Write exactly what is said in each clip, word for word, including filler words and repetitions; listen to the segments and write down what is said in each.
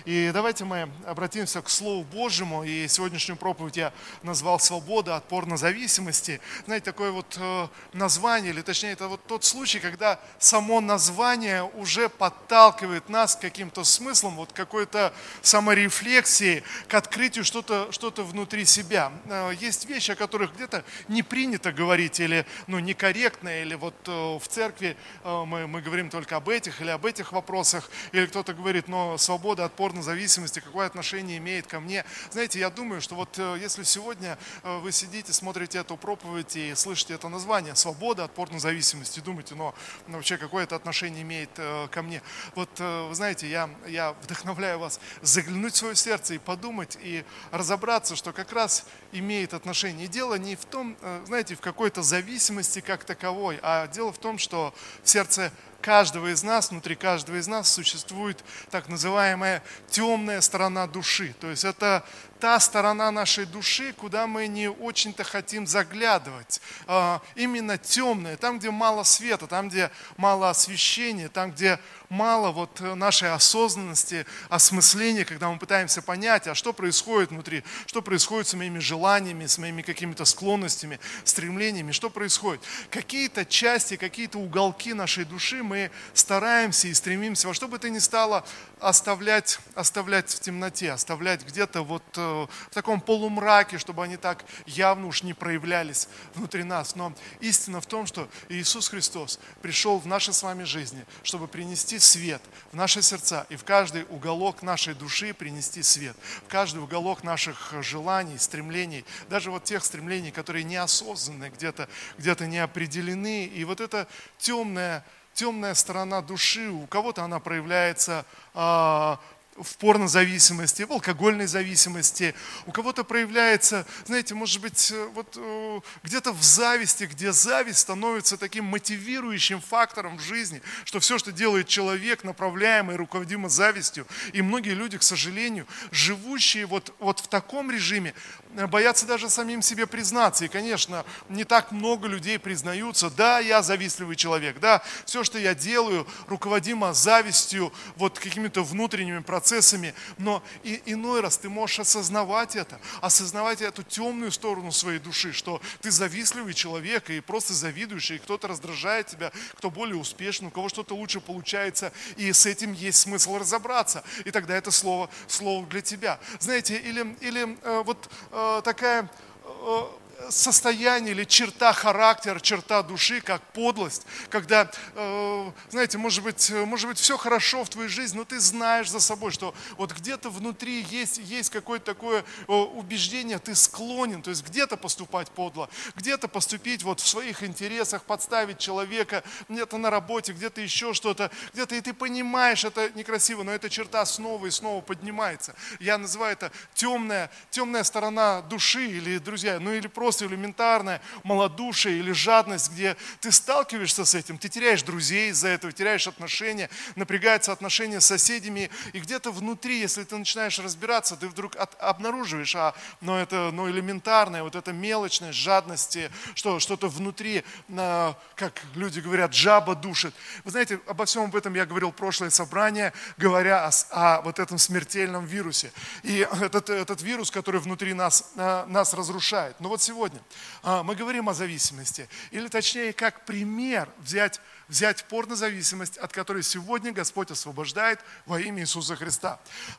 И давайте мы обратимся к Слову Божьему. И сегодняшнюю проповедь я назвал «Свобода от порнозависимости». Знаете, такое вот э, название, или точнее, это вот тот случай, когда само название уже подталкивает нас к каким-то смыслам, вот какой-то саморефлексии, к открытию что-то что-то внутри себя. Э, есть вещи, о которых где-то не принято говорить, или ну, некорректно, или вот э, в церкви э, мы, мы говорим только об этих или об этих вопросах, или кто-то говорит, но свобода от порнозависимости, зависимости, какое отношение имеет ко мне. Знаете, я думаю, что вот если сегодня вы сидите, смотрите эту проповедь и слышите это название «Свобода от порнозависимости», думаете, но, но вообще какое это отношение имеет э, ко мне. Вот, э, вы знаете, я, я вдохновляю вас заглянуть в свое сердце и подумать, и разобраться, что как раз имеет отношение. И дело не в том, э, знаете, в какой-то зависимости как таковой, а дело в том, что в сердце каждого из нас, внутри каждого из нас существует так называемая темная сторона души. То есть это та сторона нашей души, куда мы не очень-то хотим заглядывать. Именно темная, там, где мало света, там, где мало освещения, там, где мало вот нашей осознанности, осмысления, когда мы пытаемся понять, а что происходит внутри, что происходит с моими желаниями, с моими какими-то склонностями, стремлениями, что происходит. Какие-то части, какие-то уголки нашей души мы стараемся и стремимся во что бы то ни стало оставлять, оставлять в темноте, оставлять где-то вот в таком полумраке, чтобы они так явно уж не проявлялись внутри нас. Но истина в том, что Иисус Христос пришел в наши с вами жизни, чтобы принести свет в наши сердца и в каждый уголок нашей души принести свет, в каждый уголок наших желаний, стремлений, даже вот тех стремлений, которые неосознанны, где-то, где-то не определены. И вот эта темная, темная сторона души, у кого-то она проявляется а, в порнозависимости, в алкогольной зависимости, у кого-то проявляется, знаете, может быть, вот где-то в зависти, где зависть становится таким мотивирующим фактором в жизни, что все, что делает человек, направляемый, руководимо завистью, и многие люди, к сожалению, живущие вот, вот в таком режиме, боятся даже самим себе признаться. И, конечно, не так много людей признаются, да, я завистливый человек, да, все, что я делаю, руководимо завистью, вот какими-то внутренними процессами, процессами, но и иной раз ты можешь осознавать это, осознавать эту темную сторону своей души, что ты завистливый человек и просто завидуешь, и кто-то раздражает тебя, кто более успешен, у кого что-то лучше получается, и с этим есть смысл разобраться, и тогда это слово, слово для тебя. Знаете, или, или э, вот э, такая э, состояние или черта характера, черта души, как подлость, когда, э, знаете, может быть, может быть, все хорошо в твоей жизни, но ты знаешь за собой, что вот где-то внутри есть, есть какое-то такое убеждение, ты склонен, то есть где-то поступать подло, где-то поступить вот в своих интересах, подставить человека, где-то на работе, где-то еще что-то, где-то и ты понимаешь, это некрасиво, но эта черта снова и снова поднимается. Я называю это темная, темная сторона души, или, друзья, ну или просто элементарное малодушие или жадность, где ты сталкиваешься с этим, ты теряешь друзей из-за этого, теряешь отношения, напрягаются отношения с соседями, и где-то внутри, если ты начинаешь разбираться, ты вдруг от, обнаруживаешь, а, но это но элементарное, вот это мелочность, жадности, что, что-то внутри, а, как люди говорят, жаба душит. Вы знаете, обо всем об этом я говорил в прошлое собрание, говоря о, о вот этом смертельном вирусе. И этот, этот вирус, который внутри нас, а, нас разрушает. Но вот сегодня мы говорим о зависимости, или точнее, как пример взять, взять порнозависимость, от которой сегодня Господь освобождает во имя Иисуса Христа.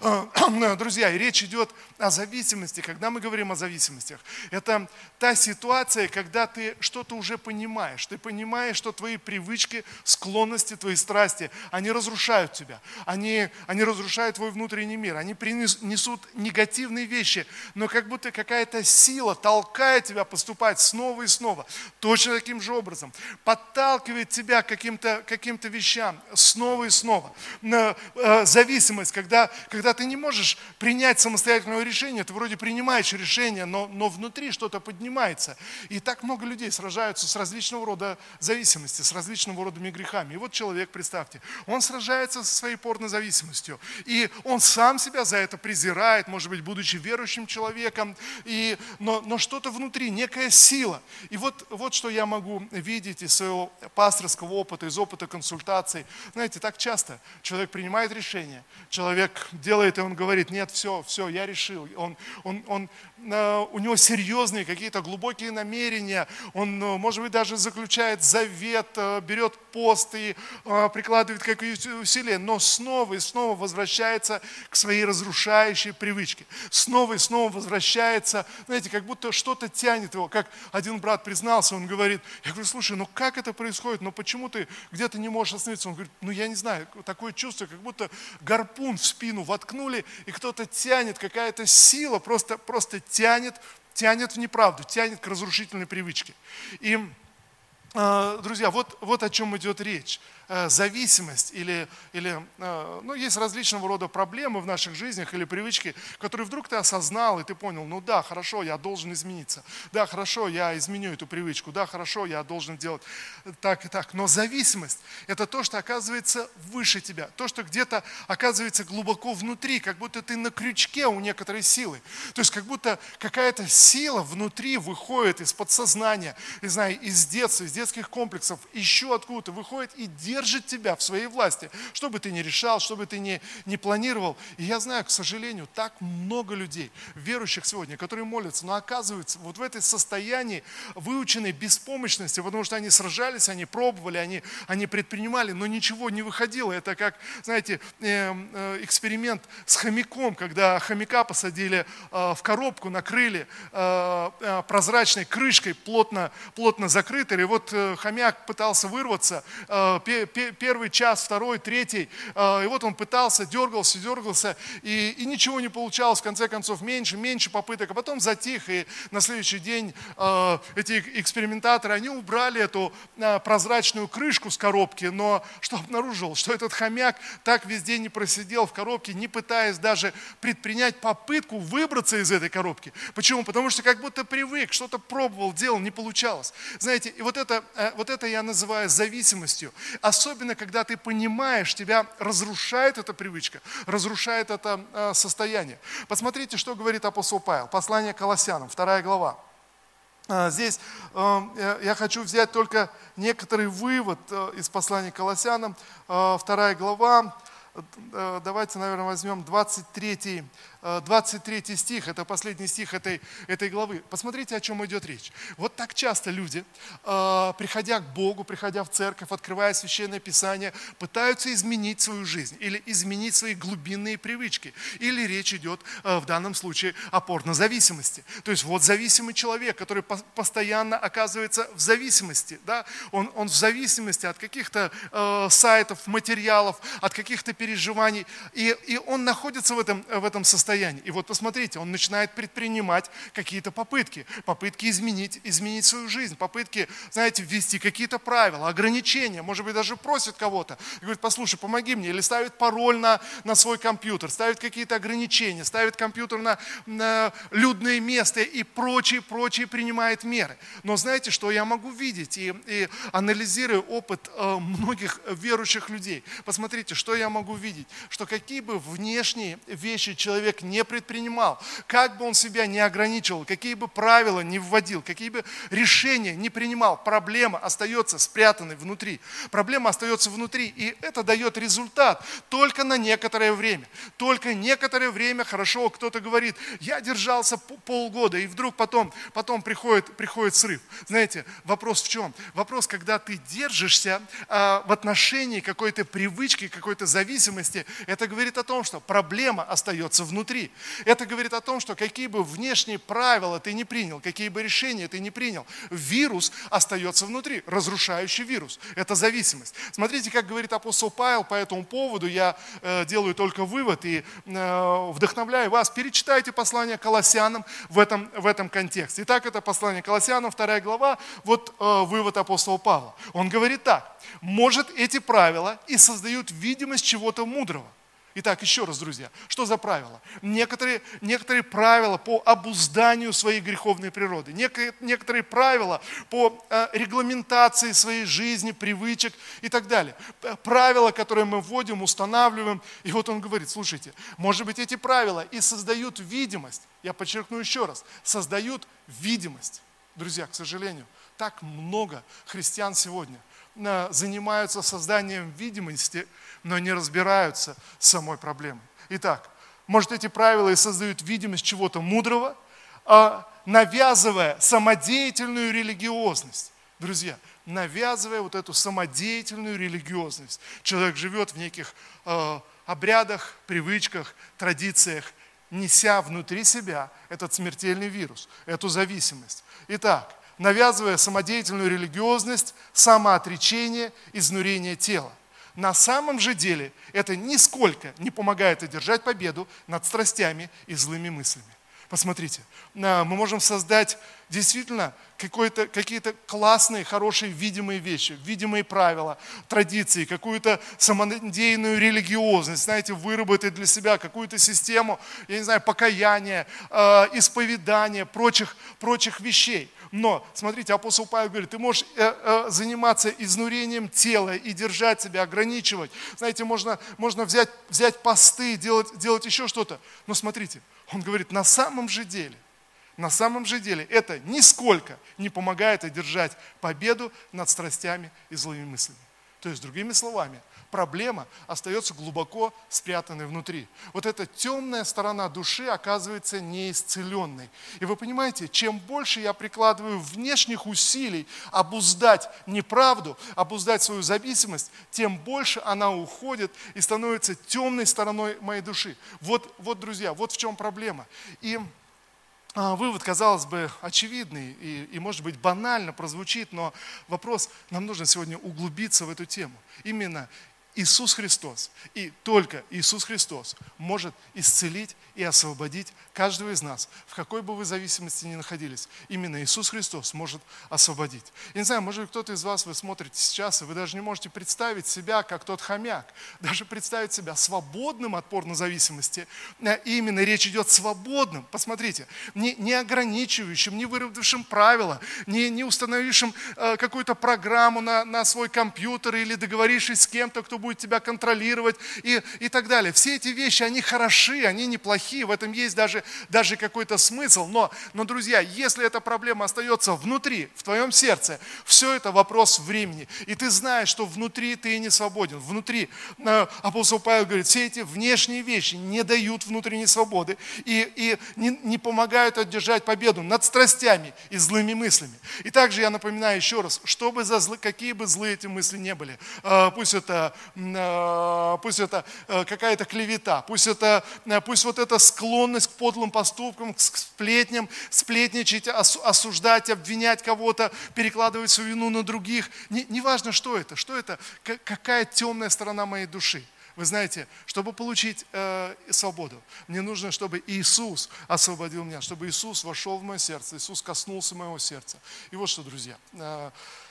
Друзья, и речь идет о зависимости. Когда мы говорим о зависимостях, это та ситуация, когда ты что-то уже понимаешь, ты понимаешь, что твои привычки, склонности, твои страсти, они разрушают тебя, они, они разрушают твой внутренний мир, они принесут негативные вещи, но как будто какая-то сила толкает тебя поступать снова и снова, точно таким же образом, подталкивает тебя к каким-то, каким-то вещам снова и снова. Зависимость, когда, когда ты не можешь принять самостоятельного решения, ты вроде принимаешь решение, но, но внутри что-то поднимается. И так много людей сражаются с различного рода зависимостью, с различного рода грехами. И вот человек, представьте, он сражается со своей порнозависимостью, и он сам себя за это презирает, может быть, будучи верующим человеком, и, но, но что-то внутри, некая сила. И вот, вот что я могу видеть из своего пасторского опыта, из опыта консультаций. Знаете, так часто человек принимает решение, человек делает, и он говорит: нет, все, все, я решил. Он, он, он, у него серьезные какие-то глубокие намерения, он, может быть, даже заключает завет, берет пост и прикладывает какие-то усилия, но снова и снова возвращается к своей разрушающей привычке. Снова и снова возвращается, знаете, как будто что-то тянет его. Как один брат признался, он говорит: я говорю: слушай, ну как это происходит, ну почему ты где-то не можешь остановиться? Он говорит: ну я не знаю, такое чувство, как будто гарпун в спину воткнули, и кто-то тянет, какая-то сила просто, просто тянет, тянет в неправду, тянет к разрушительной привычке. И, друзья, вот, вот о чем идет речь. Зависимость или, или ну, есть различного рода проблемы в наших жизнях или привычки, которые вдруг ты осознал, и ты понял: ну да, хорошо, я должен измениться, да, хорошо, я изменю эту привычку, да, хорошо, я должен делать так и так. Но зависимость – это то, что оказывается выше тебя, то, что где-то оказывается глубоко внутри, как будто ты на крючке у некоторой силы. То есть как будто какая-то сила внутри выходит из подсознания, не знаю, из детства, из детских комплексов, еще откуда-то выходит и держит держит тебя в своей власти, что бы ты ни решал, что бы ты ни, ни планировал. И я знаю, к сожалению, так много людей, верующих сегодня, которые молятся, но оказываются вот в этой состоянии выученной беспомощности, потому что они сражались, они пробовали, они, они предпринимали, но ничего не выходило. Это как, знаете, эксперимент с хомяком, когда хомяка посадили в коробку, накрыли прозрачной крышкой, плотно, плотно закрытой, и вот хомяк пытался вырваться, первый час, второй, третий, и вот он пытался, дергался, дергался, и, и ничего не получалось, в конце концов, меньше, меньше попыток, а потом затих, и на следующий день эти экспериментаторы, они убрали эту прозрачную крышку с коробки, но что обнаружил? Что этот хомяк так весь день не просидел в коробке, не пытаясь даже предпринять попытку выбраться из этой коробки. Почему? Потому что как будто привык, что-то пробовал, делал, не получалось. Знаете, и вот это, вот это я называю зависимостью. Особенно, когда ты понимаешь, тебя разрушает эта привычка, разрушает это э, состояние. Посмотрите, что говорит апостол Павел. Послание к Колоссянам, вторая глава. Э, здесь э, я хочу взять только некоторый вывод э, из послания к Колоссянам, э, вторая глава. Э, давайте, наверное, возьмем двадцать третий, двадцать третий стих, это последний стих этой, этой главы. Посмотрите, о чем идет речь. Вот так часто люди, приходя к Богу, приходя в церковь, открывая Священное Писание, пытаются изменить свою жизнь или изменить свои глубинные привычки. Или речь идет в данном случае о порнозависимости. То есть вот зависимый человек, который постоянно оказывается в зависимости. Да? Он, он в зависимости от каких-то э, сайтов, материалов, от каких-то переживаний. И, и он находится в этом, в этом состоянии. И вот посмотрите, он начинает предпринимать какие-то попытки, попытки изменить, изменить свою жизнь, попытки, знаете, ввести какие-то правила, ограничения, может быть, даже просит кого-то, и говорит: послушай, помоги мне, или ставит пароль на, на свой компьютер, ставит какие-то ограничения, ставит компьютер на, на людное место и прочие, прочие принимает меры. Но знаете, что я могу видеть, и, и анализируя опыт э, многих верующих людей, посмотрите, что я могу видеть, что какие бы внешние вещи человек не предпринимал, как бы он себя не ограничивал, какие бы правила не вводил, какие бы решения не принимал, проблема остается спрятанной внутри. Проблема остается внутри, и это дает результат только на некоторое время. Только некоторое время хорошо кто-то говорит: я держался полгода, и вдруг потом, потом приходит, приходит срыв. Знаете, вопрос в чем? Вопрос, когда ты держишься а, в отношении какой-то привычки, какой-то зависимости, это говорит о том, что проблема остается внутри. Это говорит о том, что какие бы внешние правила ты не принял, какие бы решения ты не принял, вирус остается внутри, разрушающий вирус. Это зависимость. Смотрите, как говорит апостол Павел по этому поводу. Я э, делаю только вывод и э, вдохновляю вас. Перечитайте послание к Колоссянам в этом, в этом контексте. Итак, это послание к Колоссянам, вторая глава. Вот э, вывод апостола Павла. Он говорит так: может, эти правила и создают видимость чего-то мудрого. Итак, еще раз, друзья, что за правила? Некоторые, некоторые правила по обузданию своей греховной природы, некоторые, некоторые правила по э, регламентации своей жизни, привычек и так далее. Правила, которые мы вводим, устанавливаем. И вот он говорит: слушайте, может быть, эти правила и создают видимость, я подчеркну еще раз, создают видимость. Друзья, к сожалению, так много христиан сегодня э, занимаются созданием видимости, но не разбираются с самой проблемой. Итак, может, эти правила и создают видимость чего-то мудрого, а навязывая самодеятельную религиозность. Друзья, навязывая вот эту самодеятельную религиозность. Человек живет в неких э, обрядах, привычках, традициях, неся внутри себя этот смертельный вирус, эту зависимость. Итак, навязывая самодеятельную религиозность, самоотречение, изнурение тела. На самом же деле это нисколько не помогает одержать победу над страстями и злыми мыслями. Посмотрите, мы можем создать действительно какие-то классные, хорошие, видимые вещи, видимые правила, традиции, какую-то самонадеянную религиозность, знаете, выработать для себя какую-то систему, я не знаю, покаяния, исповедания, прочих, прочих вещей. Но, смотрите, апостол Павел говорит, ты можешь заниматься изнурением тела и держать себя, ограничивать. Знаете, можно, можно взять, взять посты, делать, делать еще что-то. Но смотрите, он говорит, на самом же деле, на самом же деле это нисколько не помогает одержать победу над страстями и злыми мыслями. То есть, другими словами, проблема остается глубоко спрятанной внутри. Вот эта темная сторона души оказывается неисцеленной. И вы понимаете, чем больше я прикладываю внешних усилий обуздать неправду, обуздать свою зависимость, тем больше она уходит и становится темной стороной моей души. Вот, вот друзья, вот в чем проблема. И вывод, казалось бы, очевидный и, и, может быть, банально прозвучит, но вопрос, нам нужно сегодня углубиться в эту тему. Именно Иисус Христос и только Иисус Христос может исцелить и освободить каждого из нас, в какой бы вы зависимости ни находились. Именно Иисус Христос может освободить. Я не знаю, может быть, кто-то из вас, вы смотрите сейчас, и вы даже не можете представить себя, как тот хомяк, даже представить себя свободным от порнозависимости. И именно речь идет свободным, посмотрите, не, не ограничивающим, не выработавшим правила, не, не установившим э, какую-то программу на, на свой компьютер или договорившись с кем-то, кто будет тебя контролировать и, и так далее. Все эти вещи, они хороши, они неплохие, в этом есть даже, даже какой-то смысл. Но, но, друзья, если эта проблема остается внутри, в твоем сердце, все это вопрос времени. И ты знаешь, что внутри ты не свободен. Внутри, э, апостол Павел говорит, все эти внешние вещи не дают внутренней свободы и, и не, не помогают одержать победу над страстями и злыми мыслями. И также я напоминаю еще раз, чтобы за злы, какие бы злые эти мысли не были, э, пусть это Пусть это какая-то клевета, пусть, это, пусть вот эта склонность к подлым поступкам, к сплетням, сплетничать, осуждать, обвинять кого-то, перекладывать свою вину на других. Неважно, что это, что это, какая темная сторона моей души. Вы знаете, чтобы получить э, свободу, мне нужно, чтобы Иисус освободил меня, чтобы Иисус вошел в мое сердце, Иисус коснулся моего сердца. И вот что, друзья, э,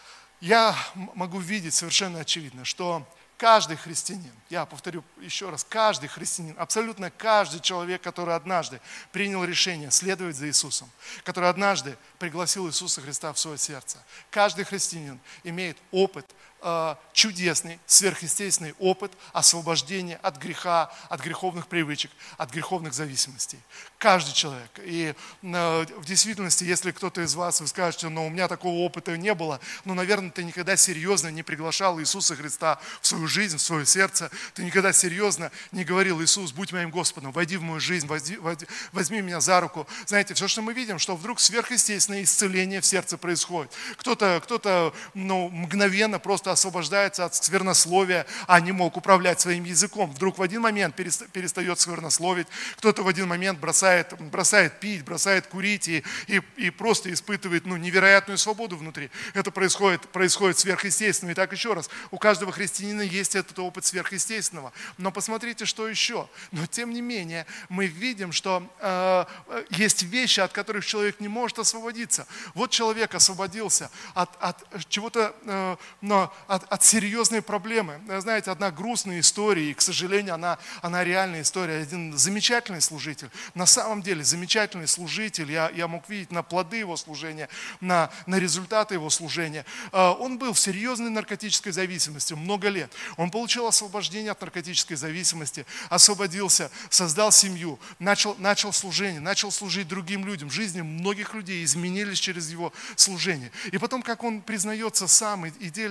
я могу видеть совершенно очевидно, что каждый христианин, я повторю еще раз, каждый христианин, абсолютно каждый человек, который однажды принял решение следовать за Иисусом, который однажды пригласил Иисуса Христа в свое сердце, каждый христианин имеет опыт, чудесный, сверхъестественный опыт освобождения от греха, от греховных привычек, от греховных зависимостей. Каждый человек. И в действительности, если кто-то из вас, вы скажете, но у меня такого опыта не было, ну, наверное, ты никогда серьезно не приглашал Иисуса Христа в свою жизнь, в свое сердце, ты никогда серьезно не говорил, Иисус, будь моим Господом, войди в мою жизнь, возьми, возьми меня за руку. Знаете, все, что мы видим, что вдруг сверхъестественное исцеление в сердце происходит. Кто-то, кто-то ну, мгновенно просто освобождается от сквернословия, а не мог управлять своим языком. Вдруг в один момент перестает сквернословить, кто-то в один момент бросает, бросает пить, бросает курить и, и, и просто испытывает ну, невероятную свободу внутри. Это происходит, происходит сверхъестественно. И так еще раз, у каждого христианина есть этот опыт сверхъестественного. Но посмотрите, что еще. Но тем не менее, мы видим, что э, есть вещи, от которых человек не может освободиться. Вот человек освободился от, от чего-то, э, но От, от серьезной проблемы. Знаете, одна грустная история, и, к сожалению, она, она реальная история. Один замечательный служитель, на самом деле замечательный служитель, я, я мог видеть на плоды его служения, на, на результаты его служения. Он был в серьезной наркотической зависимости много лет. Он получил освобождение от наркотической зависимости, освободился, создал семью, начал, начал служение, начал служить другим людям. Жизни многих людей изменились через его служение. И потом, как он признается сам и, и делится, вдруг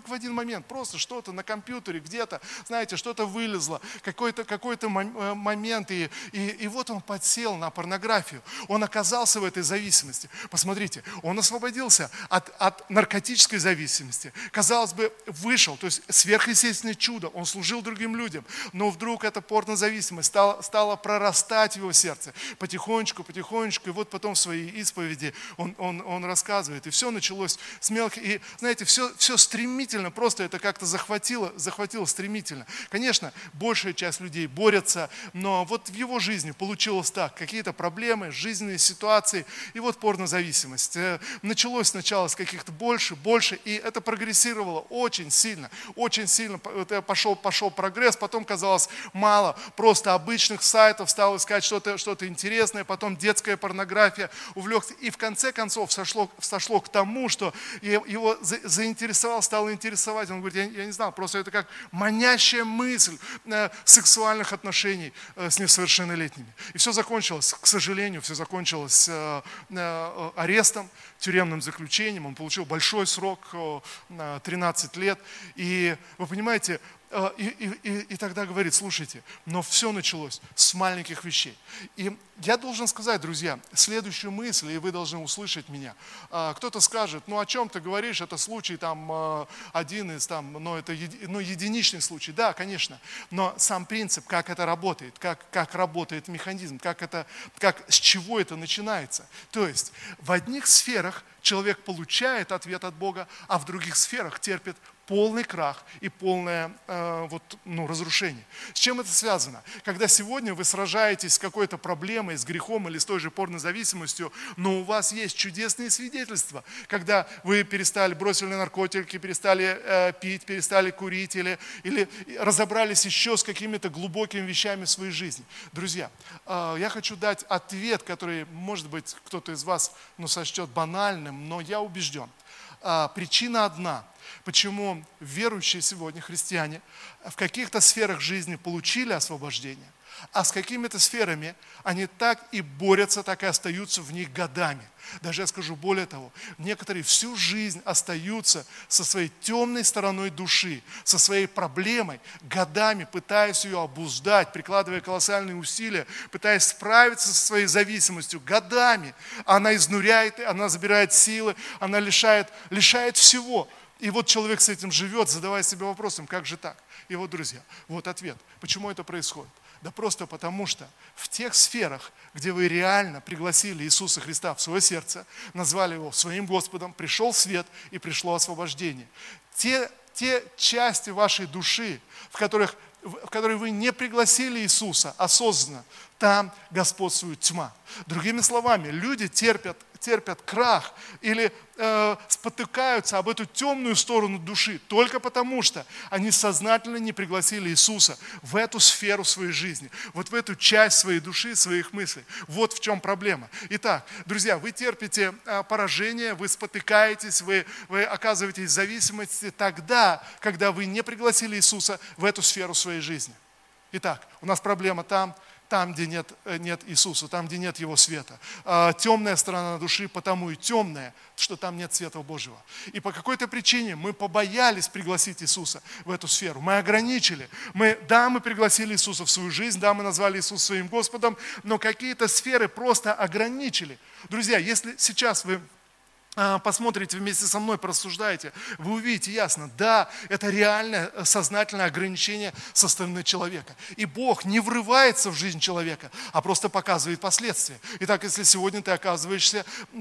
вдруг в один момент просто что-то на компьютере где-то, знаете, что-то вылезло, какой-то какой-то момент, и, и, и вот он подсел на порнографию. Он оказался в этой зависимости. Посмотрите, он освободился от, от наркотической зависимости. Казалось бы, вышел, то есть сверхъестественное чудо, он служил другим людям, но вдруг эта порнозависимость стала, стала прорастать в его сердце потихонечку, потихонечку, и вот потом в своей исповеди он, он, он рассказывает, и все началось с мелких, и знаете, все, все стремительно, просто это как-то захватило, захватило стремительно. Конечно, большая часть людей борется, но вот в его жизни получилось так, какие-то проблемы, жизненные ситуации, и вот порнозависимость. Началось сначала с каких-то больше, больше, и это прогрессировало очень сильно, очень сильно пошел, пошел прогресс, потом казалось мало, просто обычных сайтов, стал искать что-то, что-то интересное, потом детская порнография, увлекся, и в конце концов сошло, сошло к тому, что его заинтересовал, стало интересовать, он говорит, я, я не знал, просто это как манящая мысль э, сексуальных отношений э, с несовершеннолетними. И все закончилось, к сожалению, все закончилось э, э, арестом, тюремным заключением, он получил большой срок, э, тринадцать лет, и вы понимаете, И, и, и тогда говорит, слушайте, но все началось с маленьких вещей. И я должен сказать, друзья, следующую мысль, и вы должны услышать меня. Кто-то скажет, ну о чем ты говоришь, это случай там один из, там, ну это еди, ну, единичный случай. Да, конечно, но сам принцип, как это работает, как, как работает механизм, как это, как, с чего это начинается. То есть в одних сферах человек получает ответ от Бога, а в других сферах терпит полный крах и полное э, вот, ну, разрушение. С чем это связано? Когда сегодня вы сражаетесь с какой-то проблемой, с грехом или с той же порнозависимостью, но у вас есть чудесные свидетельства, когда вы перестали, бросили наркотики, перестали э, пить, перестали курить или, или разобрались еще с какими-то глубокими вещами в своей жизни. Друзья, э, я хочу дать ответ, который, может быть, кто-то из вас ну, сочтет банальным, но я убежден. Э, причина одна. Почему верующие сегодня христиане в каких-то сферах жизни получили освобождение, а с какими-то сферами они так и борются, так и остаются в них годами. Даже я скажу более того, некоторые всю жизнь остаются со своей темной стороной души, со своей проблемой, годами пытаясь ее обуздать, прикладывая колоссальные усилия, пытаясь справиться со своей зависимостью, годами. Она изнуряет, она забирает силы, она лишает, лишает всего. И вот человек с этим живет, задавая себе вопросом, как же так? И вот, друзья, вот ответ. Почему это происходит? Да просто потому, что в тех сферах, где вы реально пригласили Иисуса Христа в свое сердце, назвали Его своим Господом, пришел свет и пришло освобождение. Те, те части вашей души, в которых, в которые вы не пригласили Иисуса осознанно, там господствует тьма. Другими словами, люди терпят, терпят крах или э, спотыкаются об эту темную сторону души только потому, что они сознательно не пригласили Иисуса в эту сферу своей жизни, вот в эту часть своей души, своих мыслей. Вот в чем проблема. Итак, друзья, вы терпите э, поражение, вы спотыкаетесь, вы, вы оказываетесь в зависимости тогда, когда вы не пригласили Иисуса в эту сферу своей жизни. Итак, у нас проблема там, там, где нет, нет Иисуса, там, где нет Его света. А, темная сторона души потому и темная, что там нет света Божьего. И по какой-то причине мы побоялись пригласить Иисуса в эту сферу. Мы ограничили. Мы, да, мы пригласили Иисуса в свою жизнь, да, мы назвали Иисуса своим Господом, но какие-то сферы просто ограничили. Друзья, если сейчас вы посмотрите вместе со мной, порассуждаете, вы увидите ясно, да, это реальное сознательное ограничение со стороны человека. И Бог не врывается в жизнь человека, а просто показывает последствия. Итак, если сегодня ты оказываешься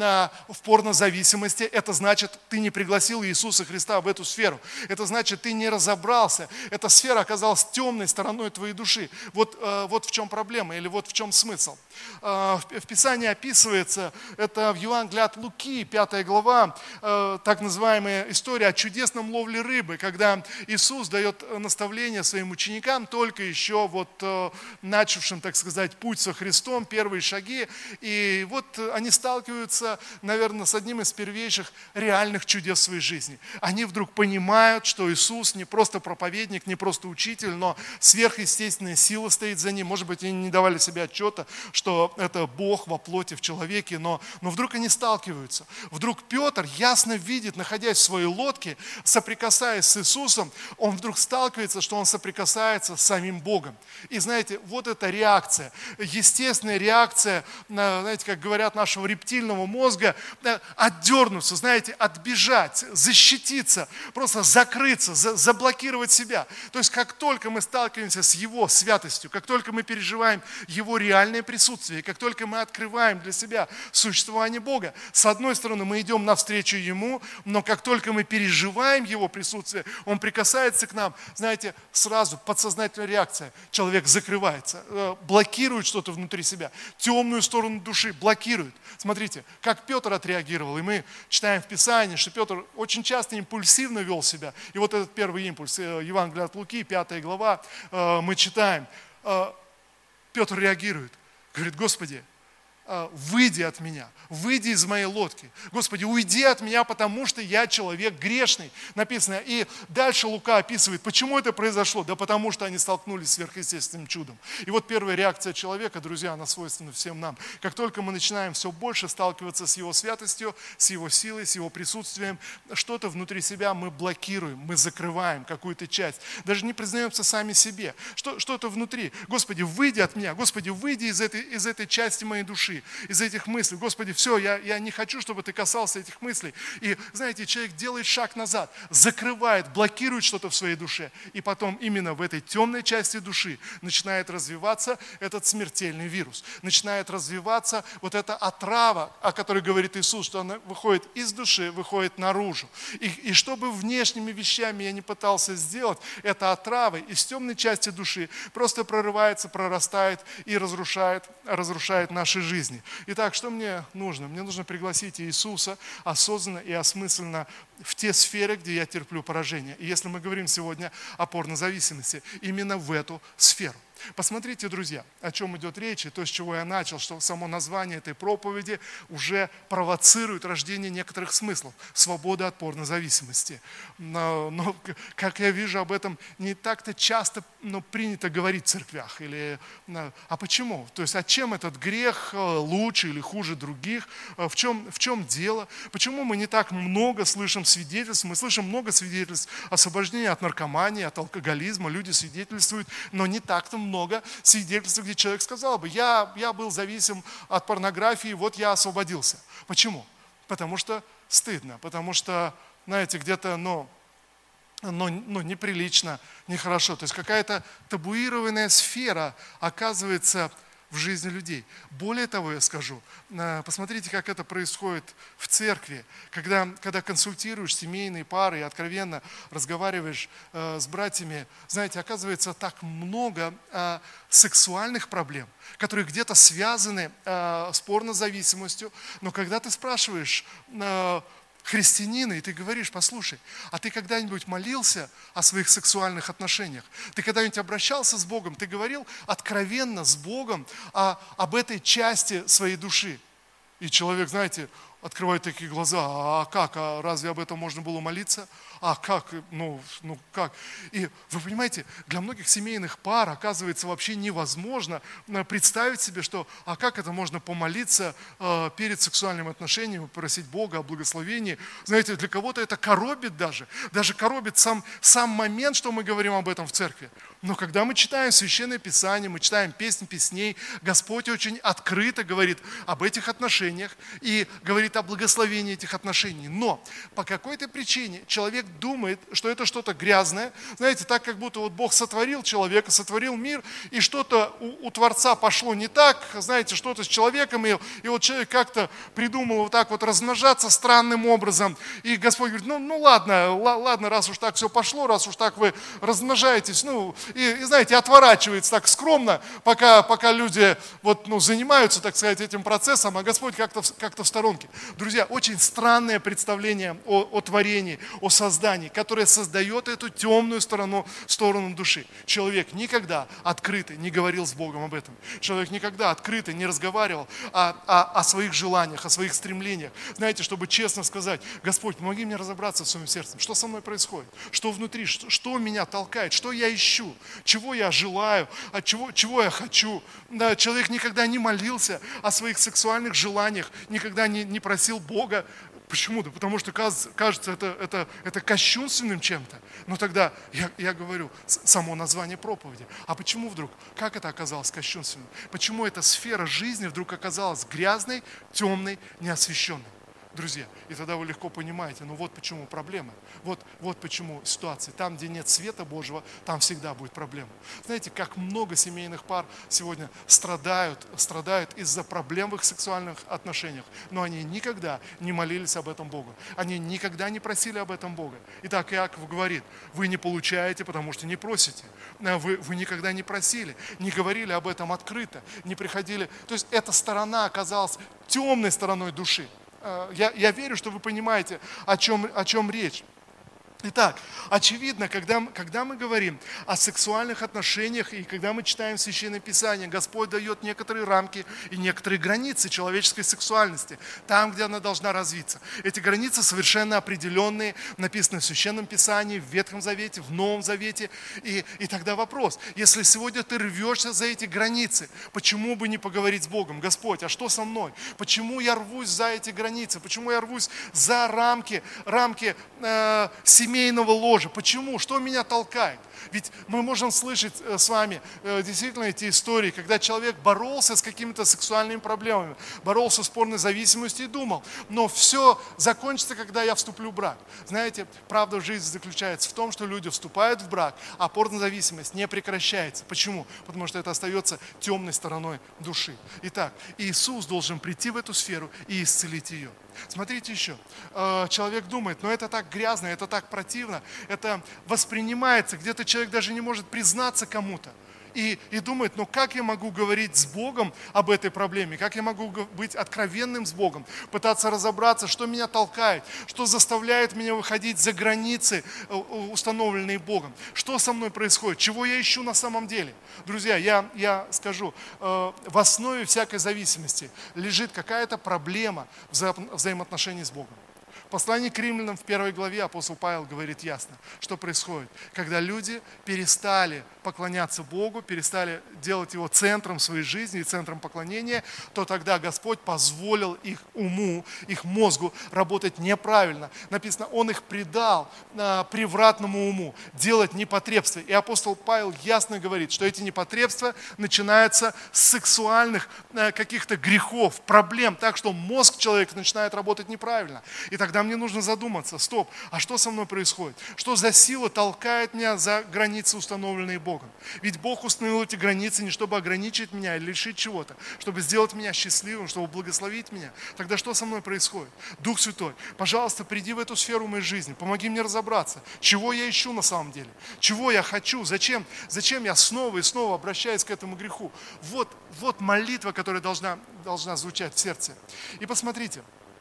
в порнозависимости, это значит, ты не пригласил Иисуса Христа в эту сферу. Это значит, ты не разобрался. Эта сфера оказалась темной стороной твоей души. Вот, вот в чем проблема или вот в чем смысл. В Писании описывается, это в Евангелии от Луки, пятая глава, так называемая история о чудесном ловле рыбы, когда Иисус дает наставление своим ученикам, только еще вот начавшим, так сказать, путь со Христом, первые шаги, и вот они сталкиваются, наверное, с одним из первейших реальных чудес своей жизни. Они вдруг понимают, что Иисус не просто проповедник, не просто учитель, но сверхъестественная сила стоит за ним. Может быть, они не давали себе отчета, что это Бог во плоти, в человеке, но, но вдруг они сталкиваются. Вдруг вдруг Петр ясно видит, находясь в своей лодке, соприкасаясь с Иисусом, он вдруг сталкивается, что он соприкасается с самим Богом. И знаете, вот эта реакция, естественная реакция, знаете, как говорят, нашего рептильного мозга, отдернуться, знаете, отбежать, защититься, просто закрыться, заблокировать себя. То есть как только мы сталкиваемся с Его святостью, как только мы переживаем Его реальное присутствие, как только мы открываем для себя существование Бога, с одной стороны мы идем навстречу Ему, но как только мы переживаем Его присутствие, Он прикасается к нам, знаете, сразу подсознательная реакция. Человек закрывается, блокирует что-то внутри себя, темную сторону души блокирует. Смотрите, как Петр отреагировал, и мы читаем в Писании, что Петр очень часто импульсивно вел себя. И вот этот первый импульс, Евангелие от Луки, пятая глава, мы читаем. Петр реагирует, говорит: Господи, выйди от меня, выйди из моей лодки. Господи, уйди от меня, потому что я человек грешный. Написано. И дальше Лука описывает, почему это произошло. Да потому что они столкнулись с сверхъестественным чудом. И вот первая реакция человека, друзья, она свойственна всем нам. Как только мы начинаем все больше сталкиваться с Его святостью, с Его силой, с Его присутствием, что-то внутри себя мы блокируем, мы закрываем какую-то часть. Даже не признаемся сами себе. Что, что-то внутри. Господи, выйди от меня. Господи, выйди из этой, из этой части моей души, из этих мыслей. Господи, все, я, я не хочу, чтобы Ты касался этих мыслей. И, знаете, человек делает шаг назад, закрывает, блокирует что-то в своей душе. И потом именно в этой темной части души начинает развиваться этот смертельный вирус. Начинает развиваться вот эта отрава, о которой говорит Иисус, что она выходит из души, выходит наружу. И, и что бы внешними вещами я не пытался сделать, эта отрава из темной части души просто прорывается, прорастает и разрушает, разрушает наши жизни. Итак, что мне нужно? Мне нужно пригласить Иисуса осознанно и осмысленно в те сферы, где я терплю поражение. И если мы говорим сегодня о порнозависимости, именно в эту сферу. Посмотрите, друзья, о чем идет речь, и то, с чего я начал, что само название этой проповеди уже провоцирует рождение некоторых смыслов. Свобода от порнозависимости. Но, но как я вижу, об этом не так-то часто но принято говорить в церквях. Или, а почему? То есть, а чем этот грех лучше или хуже других? В чем, в чем дело? Почему мы не так много слышим свидетельств? Мы слышим много свидетельств освобождения от наркомании, от алкоголизма. Люди свидетельствуют, но не так-то много свидетельств, где человек сказал бы: я, я был зависим от порнографии, вот я освободился. Почему? Потому что стыдно, потому что, знаете, где-то, ну, но, но неприлично, нехорошо. То есть какая-то табуированная сфера оказывается в жизни людей. Более того, я скажу, посмотрите, как это происходит в церкви, когда, когда консультируешь семейные пары и откровенно разговариваешь э, с братьями, знаете, оказывается так много э, сексуальных проблем, которые где-то связаны э, с порнозависимостью, но когда ты спрашиваешь э, христианина, и ты говоришь: послушай, а ты когда-нибудь молился о своих сексуальных отношениях? Ты когда-нибудь обращался с Богом? Ты говорил откровенно с Богом о, об этой части своей души? И человек, знаете, открывает такие глаза: а как, а разве об этом можно было молиться? А как, ну, ну как? И вы понимаете, для многих семейных пар оказывается вообще невозможно представить себе, что, а как это можно помолиться э, перед сексуальным отношением, просить Бога о благословении. Знаете, для кого-то это коробит даже, даже коробит сам, сам момент, что мы говорим об этом в церкви. Но когда мы читаем Священное Писание, мы читаем песни песней, Господь очень открыто говорит об этих отношениях и говорит о благословении этих отношений. Но по какой-то причине человек думает, что это что-то грязное. Знаете, так как будто вот Бог сотворил человека, сотворил мир, и что-то у, у Творца пошло не так, знаете, что-то с человеком, и, и вот человек как-то придумал вот так вот размножаться странным образом. И Господь говорит: ну, ну ладно, ладно, раз уж так все пошло, раз уж так вы размножаетесь, ну, и, и знаете, отворачивается так скромно, пока, пока люди вот, ну, занимаются, так сказать, этим процессом, а Господь как-то, как-то в сторонке. Друзья, очень странное представление о, о творении, о создании, которое создает эту темную сторону, сторону души. Человек никогда открыто не говорил с Богом об этом. Человек никогда открыто не разговаривал о, о, о своих желаниях, о своих стремлениях. Знаете, чтобы честно сказать: Господь, помоги мне разобраться в своем сердце, что со мной происходит, что внутри, что, что меня толкает, что я ищу, чего я желаю, от чего, чего я хочу. Да, человек никогда не молился о своих сексуальных желаниях, никогда не, не просил Бога Почему? Да потому что кажется это, это, это кощунственным чем-то. Но тогда я, я говорю, само название проповеди. А почему вдруг? Как это оказалось кощунственным? Почему эта сфера жизни вдруг оказалась грязной, темной, неосвященной? Друзья, и тогда вы легко понимаете, ну вот почему проблема, вот, вот почему ситуация. Там, где нет света Божьего, там всегда будет проблема. Знаете, как много семейных пар сегодня страдают, страдают из-за проблем в их сексуальных отношениях, но они никогда не молились об этом Богу, они никогда не просили об этом Бога. Итак, Иаков говорит, вы не получаете, потому что не просите, вы, вы никогда не просили, не говорили об этом открыто, не приходили. То есть эта сторона оказалась темной стороной души. Я, я верю, что вы понимаете, о чем, о чем речь. Итак, очевидно, когда, когда мы говорим о сексуальных отношениях и когда мы читаем Священное Писание, Господь дает некоторые рамки и некоторые границы человеческой сексуальности, там, где она должна развиться. Эти границы совершенно определенные, написаны в Священном Писании, в Ветхом Завете, в Новом Завете. И, и тогда вопрос, если сегодня ты рвешься за эти границы, почему бы не поговорить с Богом? Господь, а что со мной? Почему я рвусь за эти границы? Почему я рвусь за рамки, рамки э, семьи? Семейного ложа. Почему? Что меня толкает? Ведь мы можем слышать с вами действительно эти истории, когда человек боролся с какими-то сексуальными проблемами, боролся с порной зависимостью и думал, но все закончится, когда я вступлю в брак. Знаете, правда в жизни заключается в том, что люди вступают в брак, а порнозависимость не прекращается. Почему? Потому что это остается темной стороной души. Итак, Иисус должен прийти в эту сферу и исцелить ее. Смотрите еще, человек думает, но это так грязно, это так противно, это воспринимается, где-то человек даже не может признаться кому-то. И, и думает, ну как я могу говорить с Богом об этой проблеме, как я могу быть откровенным с Богом, пытаться разобраться, что меня толкает, что заставляет меня выходить за границы, установленные Богом, что со мной происходит, чего я ищу на самом деле. Друзья, я, я скажу, в основе всякой зависимости лежит какая-то проблема вза- взаимоотношений с Богом. В послании к Римлянам в первой главе апостол Павел говорит ясно, что происходит, когда люди перестали поклоняться Богу, перестали делать Его центром своей жизни и центром поклонения, то тогда Господь позволил их уму, их мозгу работать неправильно. Написано, Он их предал а, превратному уму, делать непотребства. И апостол Павел ясно говорит, что эти непотребства начинаются с сексуальных а, каких-то грехов, проблем, так что мозг человека начинает работать неправильно. И тогда мне нужно задуматься, стоп, а что со мной происходит? Что за сила толкает меня за границы, установленные Богом? Ведь Бог установил эти границы не чтобы ограничить меня или лишить чего-то, чтобы сделать меня счастливым, чтобы благословить меня. Тогда что со мной происходит? Дух Святой, пожалуйста, приди в эту сферу моей жизни, помоги мне разобраться, чего я ищу на самом деле, чего я хочу, зачем, зачем я снова и снова обращаюсь к этому греху. Вот, вот молитва, которая должна, должна звучать в сердце. И посмотрите,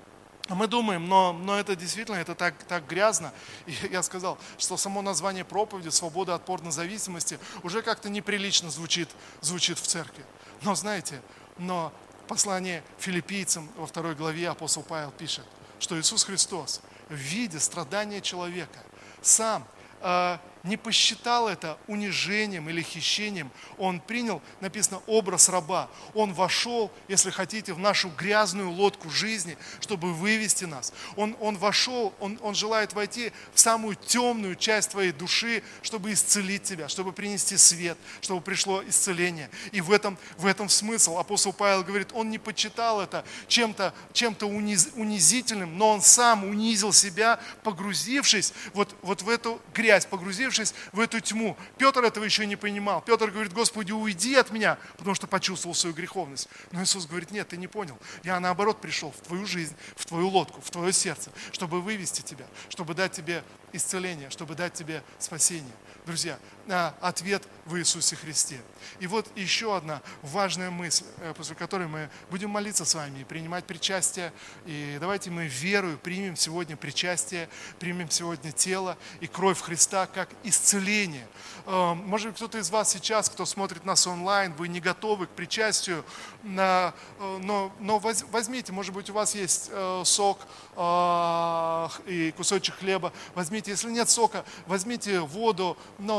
мы думаем, но, но это действительно это так, так грязно. И я сказал, что само название проповеди «Свобода от порнозависимости» уже как-то неприлично звучит, звучит в церкви. Но знаете, но послание филиппийцам во второй главе апостол Павел пишет, что Иисус Христос в виде страдания человека сам э, не посчитал это унижением или хищением. Он принял, написано, образ раба. Он вошел, если хотите, в нашу грязную лодку жизни, чтобы вывести нас. Он, он вошел, он, он желает войти в самую темную часть твоей души, чтобы исцелить тебя, чтобы принести свет, чтобы пришло исцеление. И в этом, в этом смысл. Апостол Павел говорит, он не почитал это чем-то, чем-то униз, унизительным, но он сам унизил себя, погрузившись вот, вот в эту грязь, погрузившись в эту тьму. Петр этого еще не понимал. Петр говорит, Господи, уйди от меня, потому что почувствовал свою греховность. Но Иисус говорит, нет, ты не понял. Я наоборот пришел в твою жизнь, в твою лодку, в твое сердце, чтобы вывести тебя, чтобы дать тебе исцеление, чтобы дать тебе спасение. Друзья, ответ в Иисусе Христе. И вот еще одна важная мысль, после которой мы будем молиться с вами и принимать причастие. И давайте мы верою примем сегодня причастие, примем сегодня тело и кровь Христа как исцеление. Может быть, кто-то из вас сейчас, кто смотрит нас онлайн, вы не готовы к причастию, но, но возьмите, может быть, у вас есть сок и кусочек хлеба, возьмите, если нет сока, возьмите воду,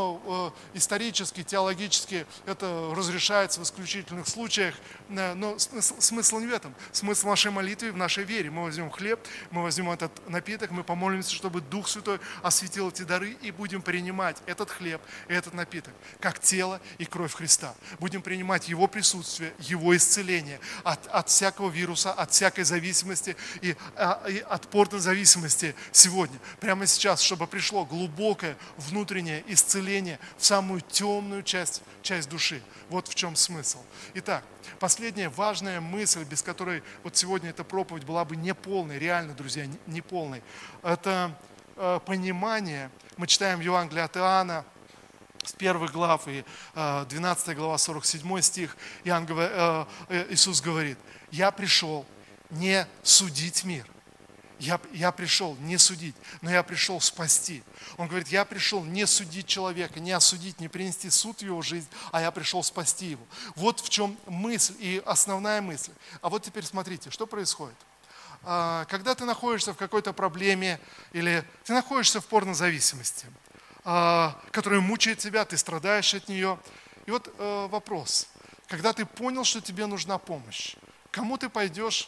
но исторически, теологически это разрешается в исключительных случаях, но смысл не в этом, смысл нашей молитвы в нашей вере. Мы возьмем хлеб, мы возьмем этот напиток, мы помолимся, чтобы Дух Святой осветил эти дары и будем принимать этот хлеб, этот напиток, как тело и кровь Христа. Будем принимать Его присутствие, Его исцеление от, от всякого вируса, от всякой зависимости и, и от порнозависимости сегодня, прямо сейчас, чтобы пришло глубокое внутреннее исцеление в самую темную часть, часть души. Вот в чем смысл. Итак, последняя важная мысль, без которой вот сегодня эта проповедь была бы неполной, реально, друзья, неполной, это э, понимание, мы читаем Евангелие от Иоанна, с первых глав, и двенадцатая глава, сорок седьмой стих, Иоанн, Иисус говорит: «Я пришел не судить мир, я, я пришел не судить, но я пришел спасти». Он говорит: я пришел не судить человека, не осудить, не принести суд в его жизнь, а я пришел спасти его. Вот в чем мысль и основная мысль. А вот теперь смотрите, что происходит. Когда ты находишься в какой-то проблеме, или ты находишься в порнозависимости, которая мучает тебя, ты страдаешь от нее. И вот э, вопрос, когда ты понял, что тебе нужна помощь, кому ты пойдешь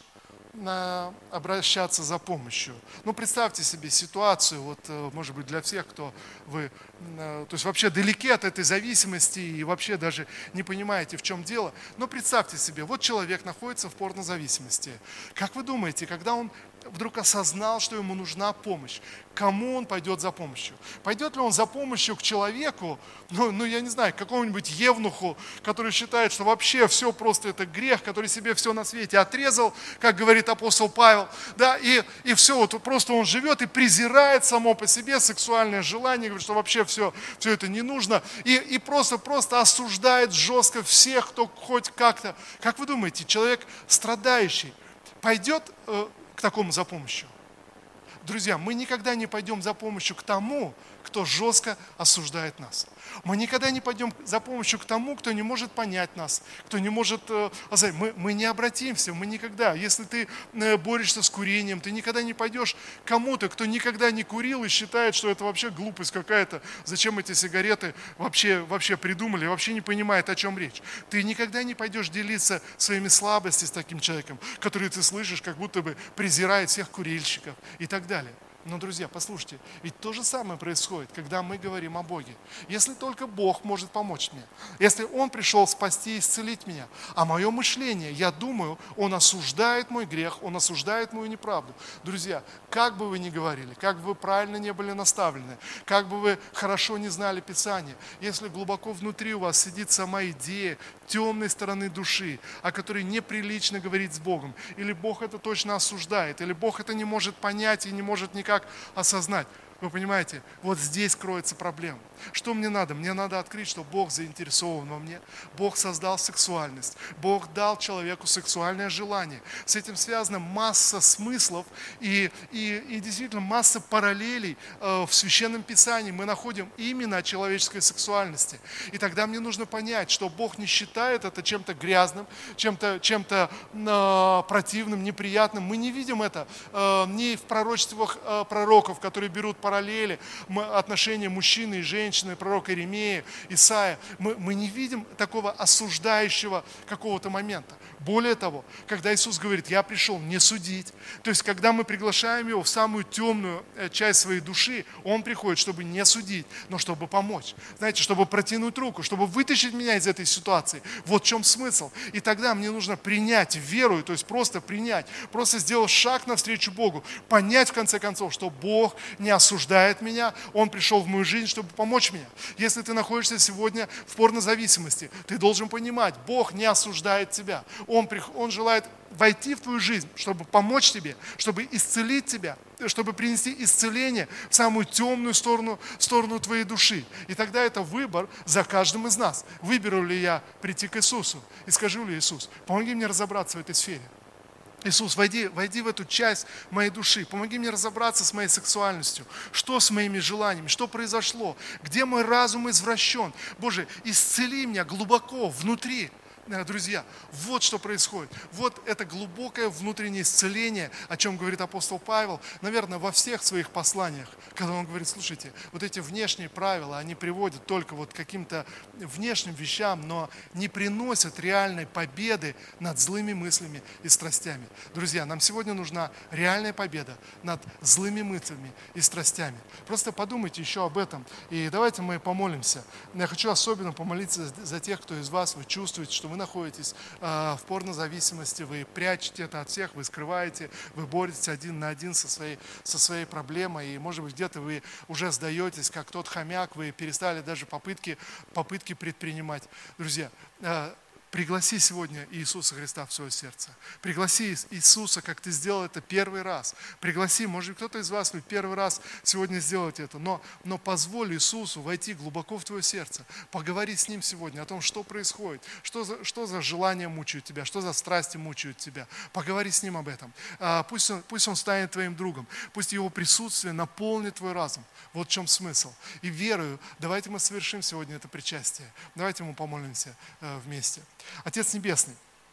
на, обращаться за помощью? Ну, представьте себе ситуацию, вот, э, может быть, для всех, кто вы, э, то есть вообще далеки от этой зависимости и вообще даже не понимаете, в чем дело, но представьте себе, вот человек находится в порнозависимости. Как вы думаете, когда он вдруг осознал, что ему нужна помощь, кому он пойдет за помощью? Пойдет ли он за помощью к человеку, ну, ну я не знаю, к какому-нибудь евнуху, который считает, что вообще все просто это грех, который себе все на свете отрезал, как говорит апостол Павел, да, и, и все, вот просто он живет и презирает само по себе сексуальное желание, говорит, что вообще все, все это не нужно, и, и просто, просто осуждает жестко всех, кто хоть как-то. Как вы думаете, человек страдающий пойдет э, к такому за помощью? Друзья, мы никогда не пойдем за помощью к тому, кто жестко осуждает нас. Мы никогда не пойдем за помощью к тому, кто не может понять нас, кто не может... Мы, мы не обратимся, мы никогда. Если ты борешься с курением, ты никогда не пойдешь к кому-то, кто никогда не курил и считает, что это вообще глупость какая-то. Зачем эти сигареты вообще, вообще придумали, вообще не понимает, о чем речь. Ты никогда не пойдешь делиться своими слабостями с таким человеком, который ты слышишь, как будто бы презирает всех курильщиков и так далее. Но, друзья, послушайте, ведь то же самое происходит, когда мы говорим о Боге. Если только Бог может помочь мне, если Он пришел спасти и исцелить меня, а мое мышление, я думаю, Он осуждает мой грех, Он осуждает мою неправду. Друзья, как бы вы ни говорили, как бы вы правильно не были наставлены, как бы вы хорошо не знали Писание, если глубоко внутри у вас сидит сама идея темной стороны души, о которой неприлично говорить с Богом, или Бог это точно осуждает, или Бог это не может понять и не может никак осознать. Вы понимаете, вот здесь кроется проблема. Что мне надо? Мне надо открыть, что Бог заинтересован во мне. Бог создал сексуальность. Бог дал человеку сексуальное желание. С этим связана масса смыслов и, и, и действительно масса параллелей э, в Священном Писании. Мы находим именно о человеческой сексуальности. И тогда мне нужно понять, что Бог не считает это чем-то грязным, чем-то, чем-то э, противным, неприятным. Мы не видим это э, ни в пророчествах э, пророков, которые берут параллели, отношения мужчины и женщины, пророка Иеремии, Исаия. Мы, мы не видим такого осуждающего какого-то момента. Более того, когда Иисус говорит: я пришел не судить, то есть когда мы приглашаем Его в самую темную часть своей души, Он приходит, чтобы не судить, но чтобы помочь. Знаете, чтобы протянуть руку, чтобы вытащить меня из этой ситуации. Вот в чем смысл. И тогда мне нужно принять веру, то есть просто принять, просто сделать шаг навстречу Богу, понять в конце концов, что Бог не осуждает меня, Он пришел в мою жизнь, чтобы помочь мне. Если ты находишься сегодня в порнозависимости, ты должен понимать, Бог не осуждает тебя. Он, он желает войти в твою жизнь, чтобы помочь тебе, чтобы исцелить тебя, чтобы принести исцеление в самую темную сторону, сторону твоей души. И тогда это выбор за каждым из нас. Выберу ли я прийти к Иисусу и скажу ли: Иисус, помоги мне разобраться в этой сфере. Иисус, войди, войди в эту часть моей души, помоги мне разобраться с моей сексуальностью, что с моими желаниями, что произошло, где мой разум извращен. Боже, исцели меня глубоко, внутри. Друзья, вот что происходит. Вот это глубокое внутреннее исцеление, о чем говорит апостол Павел, наверное, во всех своих посланиях, когда он говорит, слушайте, вот эти внешние правила, они приводят только вот к каким-то внешним вещам, но не приносят реальной победы над злыми мыслями и страстями. Друзья, нам сегодня нужна реальная победа над злыми мыслями и страстями. Просто подумайте еще об этом, и давайте мы помолимся. Я хочу особенно помолиться за тех, кто из вас, вы чувствуете, что вы находитесь э, в порнозависимости, вы прячете это от всех, вы скрываете, вы боретесь один на один со своей, со своей проблемой, и, может быть, где-то вы уже сдаетесь, как тот хомяк, вы перестали даже попытки, попытки предпринимать. Друзья, э, пригласи сегодня Иисуса Христа в свое сердце. Пригласи Иисуса, как ты сделал это первый раз. Пригласи, может быть, кто-то из вас вы первый раз сегодня сделаете это, но, но позволь Иисусу войти глубоко в твое сердце. Поговори с Ним сегодня о том, что происходит, что за, что за желания мучают тебя, что за страсти мучают тебя. Поговори с Ним об этом. А, пусть, он, пусть Он станет твоим другом. Пусть Его присутствие наполнит твой разум. Вот в чем смысл. И верую, давайте мы совершим сегодня это причастие. Давайте мы помолимся э, вместе. Отец Небесный,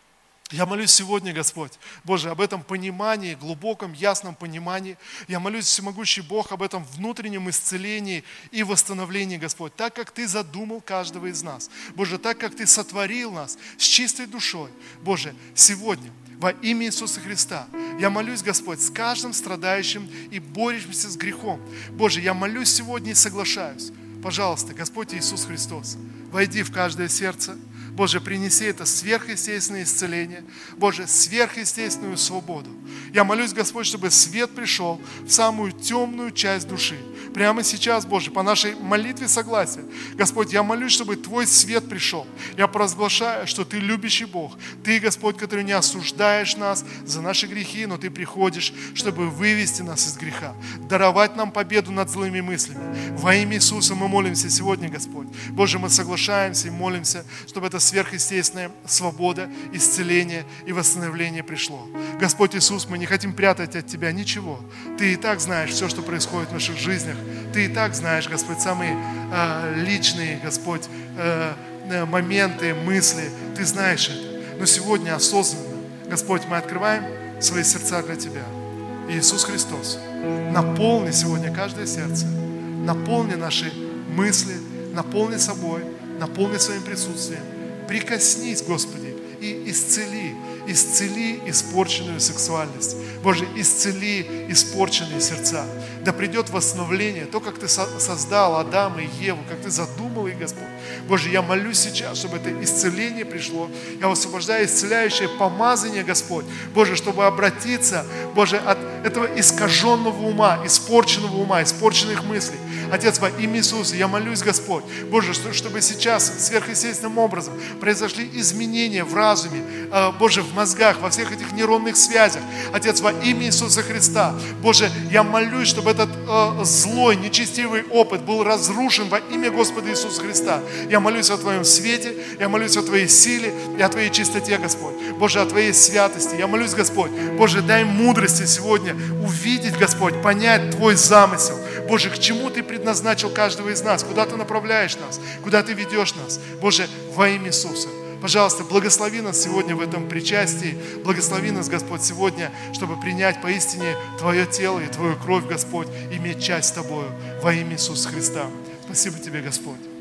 я молюсь сегодня, Господь, Боже, об этом понимании, глубоком, ясном понимании. Я молюсь, всемогущий Бог, об этом внутреннем исцелении и восстановлении, Господь, так, как Ты задумал каждого из нас. Боже, так, как Ты сотворил нас с чистой душой. Боже, сегодня во имя Иисуса Христа я молюсь, Господь, с каждым страдающим и борющимся с грехом. Боже, я молюсь сегодня и соглашаюсь. Пожалуйста, Господь Иисус Христос, войди в каждое сердце. Боже, принеси это сверхъестественное исцеление. Боже, сверхъестественную свободу. Я молюсь, Господь, чтобы свет пришел в самую темную часть души. Прямо сейчас, Боже, по нашей молитве согласия. Господь, я молюсь, чтобы Твой свет пришел. Я провозглашаю, что Ты любящий Бог. Ты, Господь, который не осуждаешь нас за наши грехи, но Ты приходишь, чтобы вывести нас из греха, даровать нам победу над злыми мыслями. Во имя Иисуса мы молимся сегодня, Господь. Боже, мы соглашаемся и молимся, чтобы это сверхъестественная свобода, исцеление и восстановление пришло. Господь Иисус, мы не хотим прятать от Тебя ничего. Ты и так знаешь все, что происходит в наших жизнях. Ты и так знаешь, Господь, самые э, личные, Господь, э, моменты, мысли. Ты знаешь это. Но сегодня осознанно, Господь, мы открываем свои сердца для Тебя. Иисус Христос, наполни сегодня каждое сердце. Наполни наши мысли, наполни собой, наполни своим присутствием. Прикоснись, Господи, и исцели, исцели испорченную сексуальность. Боже, исцели испорченные сердца. Да придет восстановление, то, как Ты создал Адама и Еву, как Ты задумал их, Господь. Боже, я молюсь сейчас, чтобы это исцеление пришло. Я высвобождаю исцеляющее помазание, Господь. Боже, чтобы обратиться, Боже, от этого искаженного ума, испорченного ума, испорченных мыслей. Отец, во имя Иисуса, я молюсь, Господь, Боже, чтобы сейчас сверхъестественным образом произошли изменения в разуме, Боже, в мозгах, во всех этих нейронных связях. Отец, во имя Иисуса Христа, Боже, я молюсь, чтобы этот э, злой, нечестивый опыт был разрушен во имя Господа Иисуса Христа. Я молюсь о Твоем свете, я молюсь о Твоей силе и о Твоей чистоте, Господь. Боже, о Твоей святости. Я молюсь, Господь, Боже, дай мудрости сегодня увидеть, Господь, понять Твой замысел. Боже, к чему Ты предназначил каждого из нас, куда Ты направляешь нас, куда Ты ведешь нас. Боже, во имя Иисуса. Пожалуйста, благослови нас сегодня в этом причастии. Благослови нас, Господь, сегодня, чтобы принять поистине Твое тело и Твою кровь, Господь, иметь часть с Тобою во имя Иисуса Христа. Спасибо Тебе, Господь.